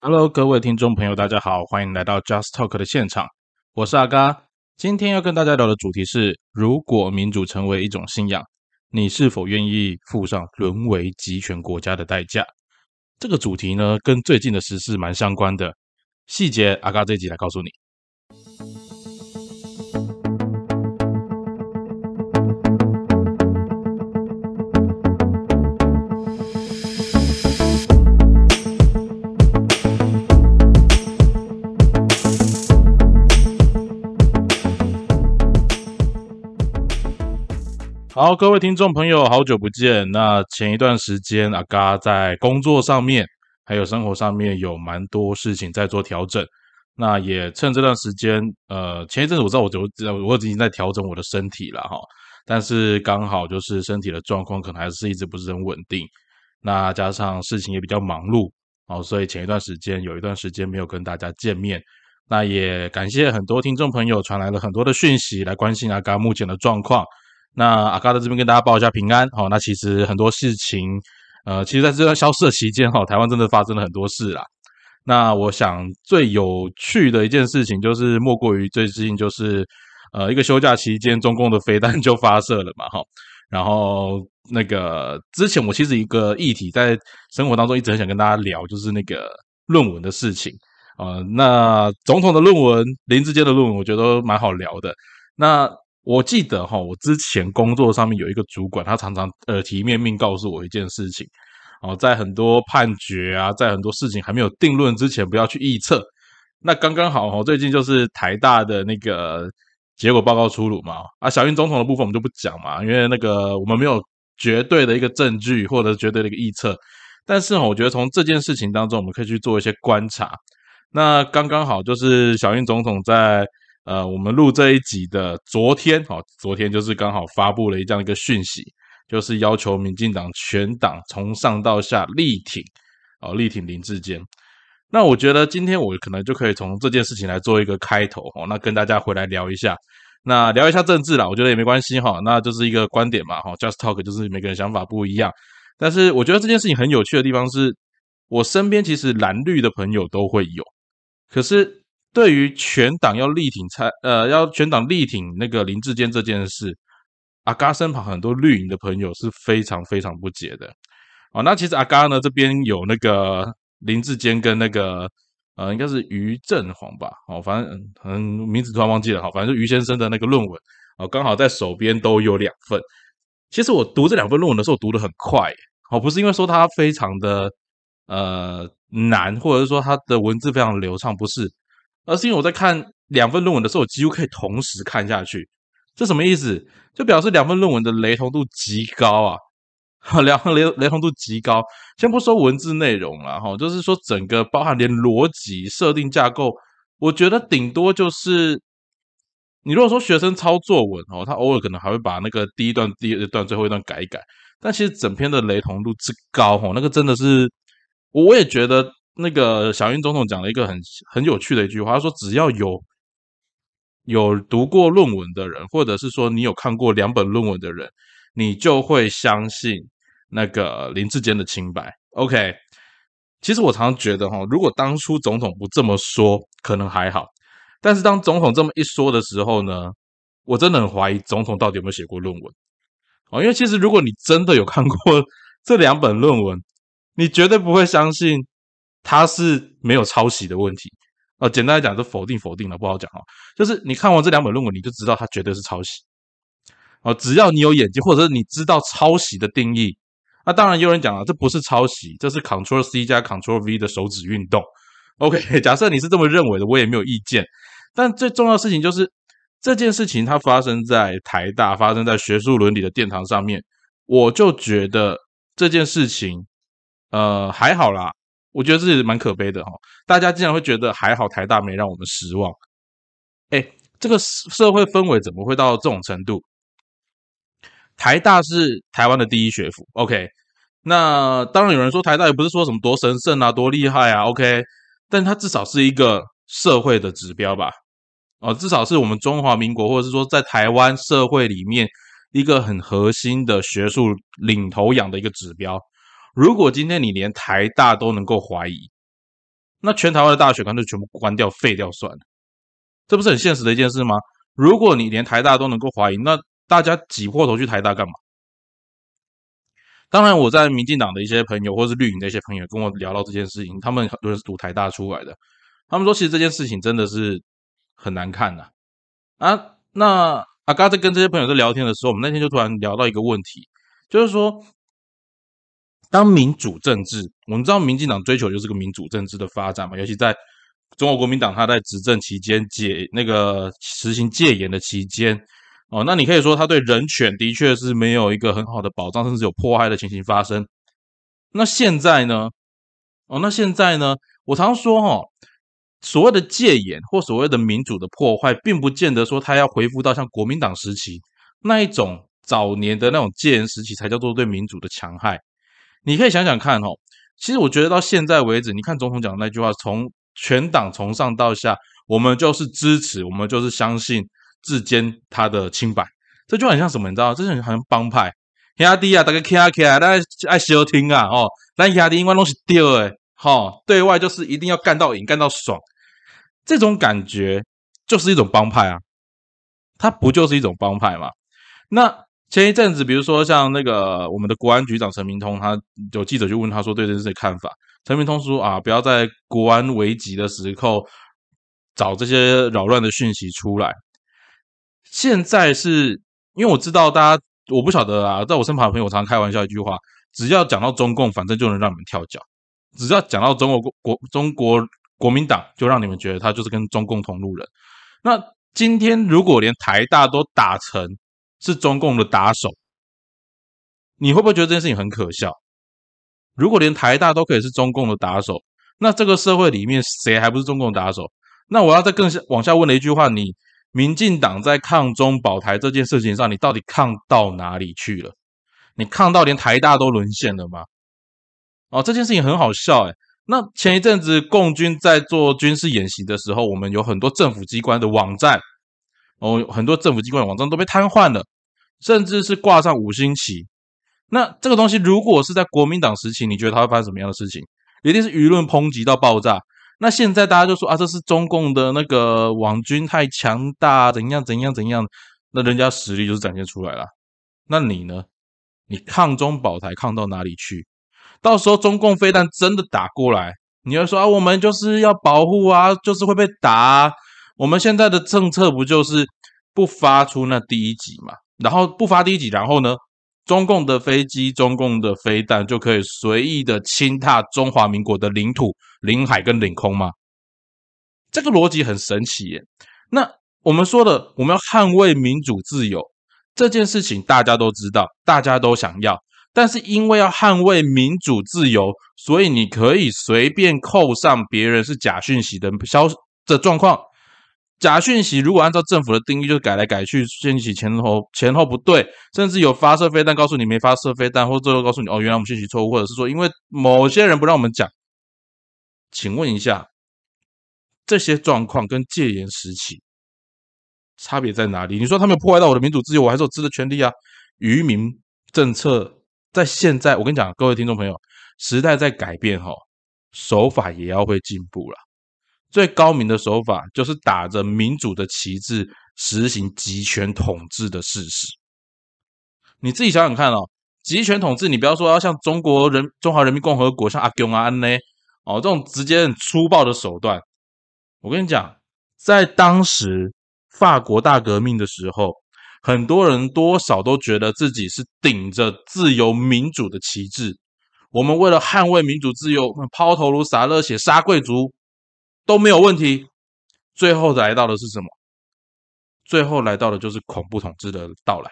Hello，各位听众朋友，大家好，欢迎来到 Just Talk 的现场，我是阿嘎。今天要跟大家聊的主题是：如果民主成为一种信仰，你是否愿意付上沦为集权国家的代价？这个主题呢，跟最近的时事蛮相关的，细节阿嘎这一集来告诉你。好，各位听众朋友，好久不见。那前一段时间，阿嘎在工作上面还有生活上面有蛮多事情在做调整。那也趁这段时间，前一阵子我知道我已经在调整我的身体了哈，但是刚好就是身体的状况可能还是一直不是很稳定。那加上事情也比较忙碌，所以前一段时间有一段时间没有跟大家见面。那也感谢很多听众朋友传来了很多的讯息来关心阿嘎目前的状况。那阿嘎在这边跟大家报一下平安。那其实很多事情，其实在这段消失的期间，台湾真的发生了很多事啦。那我想最有趣的一件事情，就是莫过于最近就是一个休假期间，中共的飞弹就发射了嘛，然后那个之前我其实一个议题在生活当中一直很想跟大家聊，就是那个论文的事情。那总统的论文、林智坚的论文，我觉得都蛮好聊的。那我记得我之前工作上面有一个主管，他常常耳提面命告诉我一件事情，在很多判决啊，在很多事情还没有定论之前，不要去臆测。那刚刚好最近就是台大的那个结果报告出炉嘛，小英总统的部分我们就不讲嘛，因为那个我们没有绝对的一个证据或者绝对的一个预测，但是我觉得从这件事情当中，我们可以去做一些观察。那刚刚好就是小英总统在我们录这一集的昨天就是刚好发布了这样一个讯息，就是要求民进党全党从上到下力挺林智坚。那我觉得今天我可能就可以从这件事情来做一个开头那跟大家回来聊一下，那聊一下政治啦，我觉得也没关系那就是一个观点嘛，Just Talk 就是每个人想法不一样。但是我觉得这件事情很有趣的地方是，我身边其实蓝绿的朋友都会有，可是对于全党要全党力挺那个林智坚这件事，阿嘎身旁很多绿营的朋友是非常非常不解的。那其实阿嘎呢这边有那个林智坚跟那个应该是于正煌吧，反正名字突然忘记了，反正就于先生的那个论文刚好在手边都有2份。其实我读这2份论文的时候读得很快，不是因为说它非常的难，或者是说它的文字非常流畅，不是，而是因为我在看2份论文的时候，我几乎可以同时看下去。这什么意思？就表示2份论文的雷同度极高啊，两份雷同度极高。先不说文字内容啦，就是说整个包含连逻辑、设定架构，我觉得顶多就是你如果说学生抄作文他偶尔可能还会把那个第一段、第二段、最后一段改一改，但其实整篇的雷同度之高那个真的是，我也觉得那个小英总统讲了一个很有趣的一句话，他说只要有读过论文的人，或者是说你有看过2本论文的人，你就会相信那个林智坚的清白。OK， 其实我常常觉得如果当初总统不这么说，可能还好，但是当总统这么一说的时候呢，我真的很怀疑总统到底有没有写过论文因为其实如果你真的有看过这2本论文，你绝对不会相信他是没有抄袭的问题。简单来讲，就否定了，不好讲就是你看完这2本论文，你就知道他绝对是抄袭。只要你有眼睛，或者是你知道抄袭的定义，那当然有人讲了，这不是抄袭，这是 Ctrl C 加 Ctrl V 的手指运动。OK， 假设你是这么认为的，我也没有意见。但最重要的事情就是这件事情它发生在台大，发生在学术伦理的殿堂上面，我就觉得这件事情还好啦，我觉得这也蛮可悲的大家竟然会觉得还好台大没让我们失望。这个社会氛围怎么会到这种程度？台大是台湾的第一学府 OK， 那当然有人说台大也不是说什么多神圣啊多厉害啊 OK， 但它至少是一个社会的指标吧至少是我们中华民国或者是说在台湾社会里面一个很核心的学术领头羊的一个指标。如果今天你连台大都能够怀疑， 那全台湾的大学干脆全部关掉废掉算了，这不是很现实的一件事吗？如果你连台大都能够怀疑，那大家挤破头去台大干嘛？当然，我在民进党的一些朋友，或是绿营的一些朋友跟我聊到这件事情，他们很多人是读台大出来的，他们说其实这件事情真的是很难看呐。那阿嘎在跟这些朋友在聊天的时候，我们那天就突然聊到一个问题，就是说，当民主政治，我们知道民进党追求就是个民主政治的发展嘛，尤其在中国国民党他在执政期间实行戒严的期间，那你可以说他对人权的确是没有一个很好的保障，甚至有迫害的情形发生。那现在呢？我常说所谓的戒严或所谓的民主的破坏，并不见得说他要恢复到像国民党时期那一种早年的那种戒严时期才叫做对民主的强害。你可以想想看其实我觉得到现在为止，你看总统讲的那句话，从全党从上到下，我们就是支持，我们就是相信志坚他的清白，这就很像什么？你知道，这就很像帮派。兄弟啊，大家起来，咱爱相听啊！咱兄弟永远都是对的，对外就是一定要干到赢，干到爽。这种感觉就是一种帮派啊，它不就是一种帮派吗？那前一阵子，比如说像那个我们的国安局长陈明通，他有记者就问他说对这件事的看法。陈明通说不要在国安危急的时候找这些扰乱的讯息出来。现在是因为我知道大家，我不晓得啊，在我身旁的朋友，我常常开玩笑一句话：只要讲到中共，反正就能让你们跳脚；只要讲到中国国民党，就让你们觉得他就是跟中共同路人。那今天如果连台大都打成是中共的打手，你会不会觉得这件事情很可笑？如果连台大都可以是中共的打手，那这个社会里面谁还不是中共的打手？那我要再更往下问了一句话，你民进党在抗中保台这件事情上，你到底抗到哪里去了？你抗到连台大都沦陷了吗？这件事情很好笑那前一阵子共军在做军事演习的时候，我们有很多政府机关的网站很多政府机关的网站都被瘫痪了，甚至是挂上5星旗。那这个东西如果是在国民党时期，你觉得它会发生什么样的事情？一定是舆论抨击到爆炸。那现在大家就说这是中共的那个网军太强大，怎样怎样怎样，那人家实力就是展现出来了。那你呢？你抗中保台抗到哪里去？到时候中共飞弹真的打过来，你会说我们就是要保护就是会被打我们现在的政策不就是不发出那第一击嘛？然后不发第一击，然后呢？中共的飞机、中共的飞弹就可以随意的侵踏中华民国的领土、领海跟领空吗？这个逻辑很神奇耶。那我们说的，我们要捍卫民主自由这件事情，大家都知道，大家都想要。但是因为要捍卫民主自由，所以你可以随便扣上别人是假讯息的状况。假讯息如果按照政府的定义，就改来改去，讯息前后不对，甚至有发射飞弹告诉你没发射飞弹，或者最后告诉你原来我们讯息错误，或者是说因为某些人不让我们讲。请问一下，这些状况跟戒严时期差别在哪里？你说他们有破坏到我的民主自由，我还是有知的权利啊。愚民政策在现在，我跟你讲，各位听众朋友，时代在改变手法也要会进步了。最高明的手法就是打着民主的旗帜，实行集权统治的事实。你自己想想看集权统治，你不要说要像中华人民共和国像阿公安呢这种直接很粗暴的手段。我跟你讲，在当时法国大革命的时候，很多人多少都觉得自己是顶着自由民主的旗帜，我们为了捍卫民主自由，抛头颅洒热血杀贵族都没有问题。最后来到的是什么？最后来到的就是恐怖统治的到来。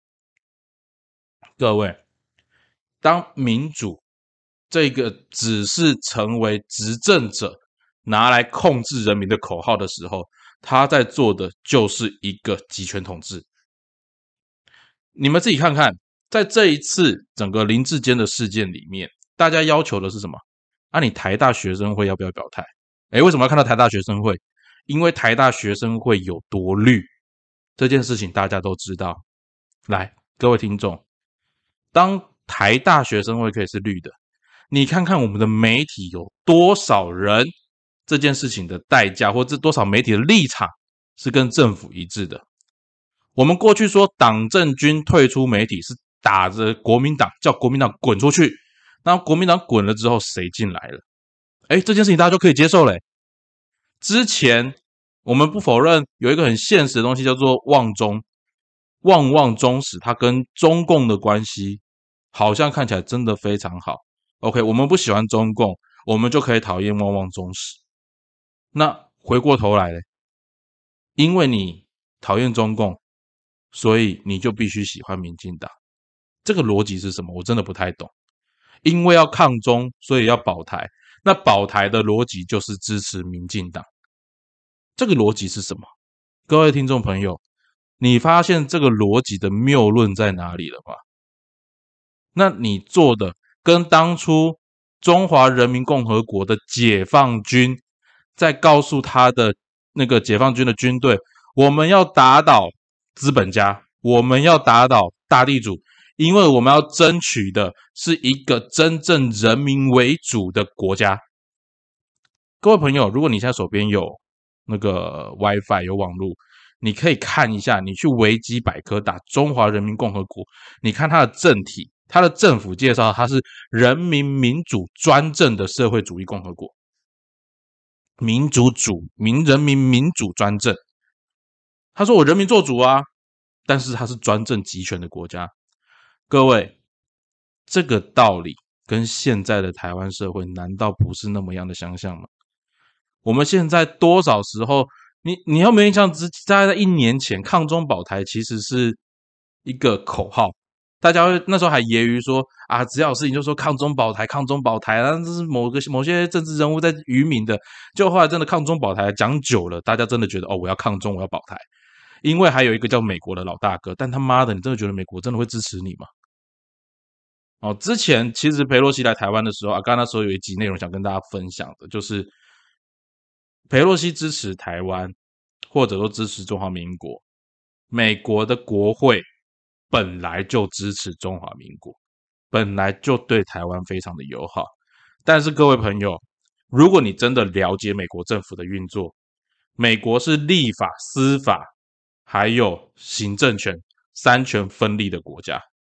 各位，当民主这个只是成为执政者拿来控制人民的口号的时候，他在做的就是一个集权统治。你们自己看看，在这一次整个林智坚的事件里面，大家要求的是什么？你台大学生会要不要表态？为什么要看到台大学生会？因为台大学生会有多绿，这件事情大家都知道。来，各位听众，当台大学生会可以是绿的，你看看我们的媒体有多少人这件事情的代价，或这多少媒体的立场是跟政府一致的。我们过去说党政军退出媒体是打着国民党，叫国民党滚出去，那国民党滚了之后谁进来了？这件事情大家就可以接受了。之前我们不否认有一个很现实的东西叫做旺中，旺中时它跟中共的关系好像看起来真的非常好。OK， 我们不喜欢中共，我们就可以讨厌旺中时。那回过头来，因为你讨厌中共，所以你就必须喜欢民进党。这个逻辑是什么？我真的不太懂。因为要抗中，所以要保台。那保台的逻辑就是支持民进党。这个逻辑是什么？各位听众朋友，你发现这个逻辑的谬论在哪里了吗？那你做的跟当初中华人民共和国的解放军在告诉他的那个解放军的军队，我们要打倒资本家，我们要打倒大地主，因为我们要争取的是一个真正人民为主的国家。各位朋友，如果你现在手边有那个 WiFi 有网络，你可以看一下，你去维基百科打中华人民共和国，你看它的政体，它的政府介绍它是人民民主专政的社会主义共和国，人民民主专政。他说我人民做主啊，但是他是专政集权的国家。各位，这个道理跟现在的台湾社会难道不是那么样的相像吗？我们现在多少时候，你有没有印象？大概在1年前，抗中保台其实是一个口号，大家会那时候还揶揄说啊，只要有事情就说抗中保台，抗中保台，这是某些政治人物在愚民的。就后来真的抗中保台讲久了，大家真的觉得我要抗中，我要保台，因为还有一个叫美国的老大哥。但他妈的，你真的觉得美国真的会支持你吗？之前其实裴洛西来台湾的时候，刚刚那时候有一集内容想跟大家分享的，就是裴洛西支持台湾，或者说支持中华民国。美国的国会本来就支持中华民国，本来就对台湾非常的友好。但是各位朋友，如果你真的了解美国政府的运作，美国是立法、司法还有行政权三权分立的国家。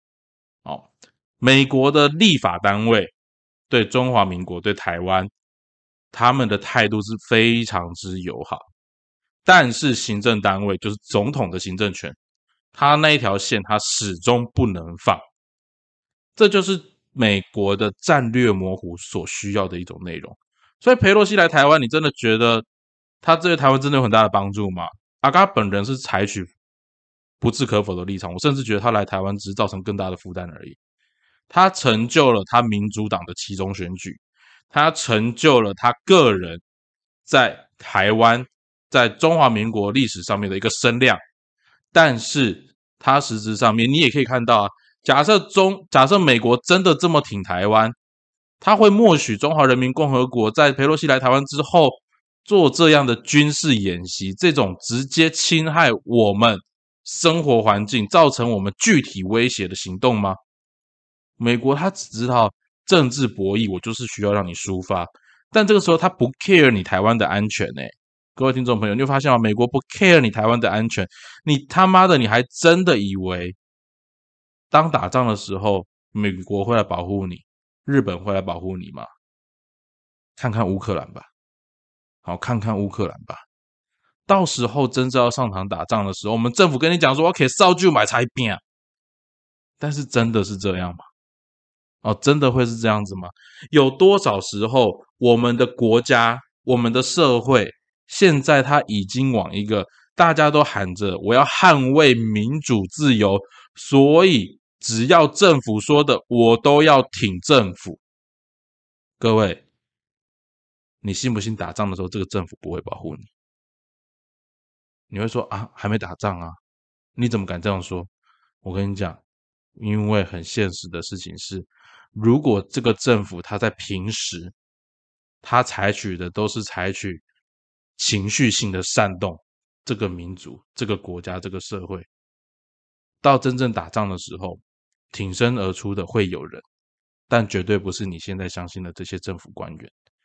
美国的立法单位对中华民国、对台湾，他们的态度是非常之友好。但是行政单位就是总统的行政权，他那一条线他始终不能放。这就是美国的战略模糊所需要的一种内容。所以裴洛西来台湾，你真的觉得他对台湾真的有很大的帮助吗？阿嘎本人是采取不置可否的立场，我甚至觉得他来台湾只是造成更大的负担而已。他成就了他民主党的期中选举，他成就了他个人在台湾在中华民国历史上面的一个声量。但是他实质上面你也可以看到假设美国真的这么挺台湾，他会默许中华人民共和国在裴洛西来台湾之后做这样的军事演习，这种直接侵害我们生活环境造成我们具体威胁的行动吗？美国他只知道政治博弈，我就是需要让你抒发，但这个时候他不 care 你台湾的安全各位听众朋友，你会发现吗？美国不 care 你台湾的安全，你他妈的你还真的以为当打仗的时候美国会来保护你，日本会来保护你吗？看看乌克兰吧，看看乌克兰吧。到时候真正要上场打仗的时候，我们政府跟你讲说 OK 烧就买才变，但是真的是这样吗？真的会是这样子吗？有多少时候我们的国家我们的社会现在它已经往一个大家都喊着我要捍卫民主自由，所以只要政府说的我都要挺政府。各位，你信不信打仗的时候这个政府不会保护你？你会说还没打仗啊，你怎么敢这样说？我跟你讲，因为很现实的事情是，如果这个政府他在平时他采取的都是采取情绪性的煽动这个民族、这个国家、这个社会，到真正打仗的时候，挺身而出的会有人，但绝对不是你现在相信的这些政府官员。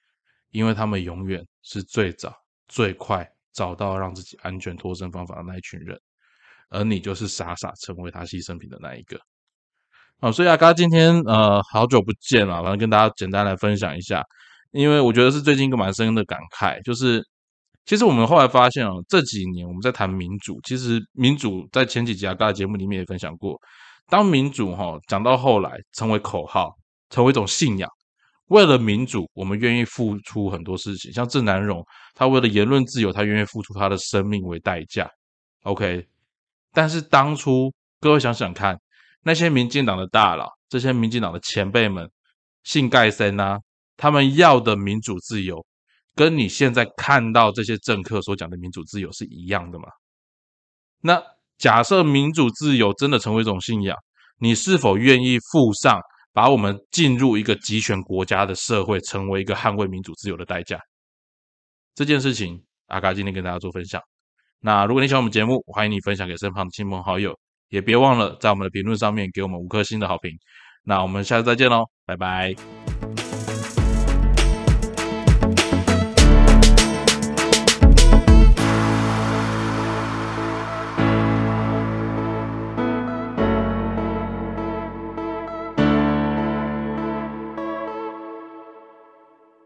因为他们永远是最早、最快找到让自己安全脱身方法的那一群人，而你就是傻傻成为他牺牲品的那一个。好，所以阿嘎今天好久不见了，反正跟大家简单来分享一下，因为我觉得是最近一个蛮深的感慨，就是其实我们后来发现这几年我们在谈民主，其实民主在前几集阿嘎的节目里面也分享过，当民主讲到后来成为口号，成为一种信仰，为了民主我们愿意付出很多事情，像郑南榕他为了言论自由他愿意付出他的生命为代价 OK， 但是当初各位想想看，那些民进党的大佬，这些民进党的前辈们，信盖森啊，他们要的民主自由，跟你现在看到这些政客所讲的民主自由是一样的吗？那假设民主自由真的成为一种信仰，你是否愿意付上把我们进入一个集权国家的社会，成为一个捍卫民主自由的代价？这件事情，阿嘎今天跟大家做分享。那如果你喜欢我们节目，欢迎你分享给身旁的亲朋好友，也别忘了在我们的评论上面给我们5颗星的好评。那我们下次再见喽，拜拜。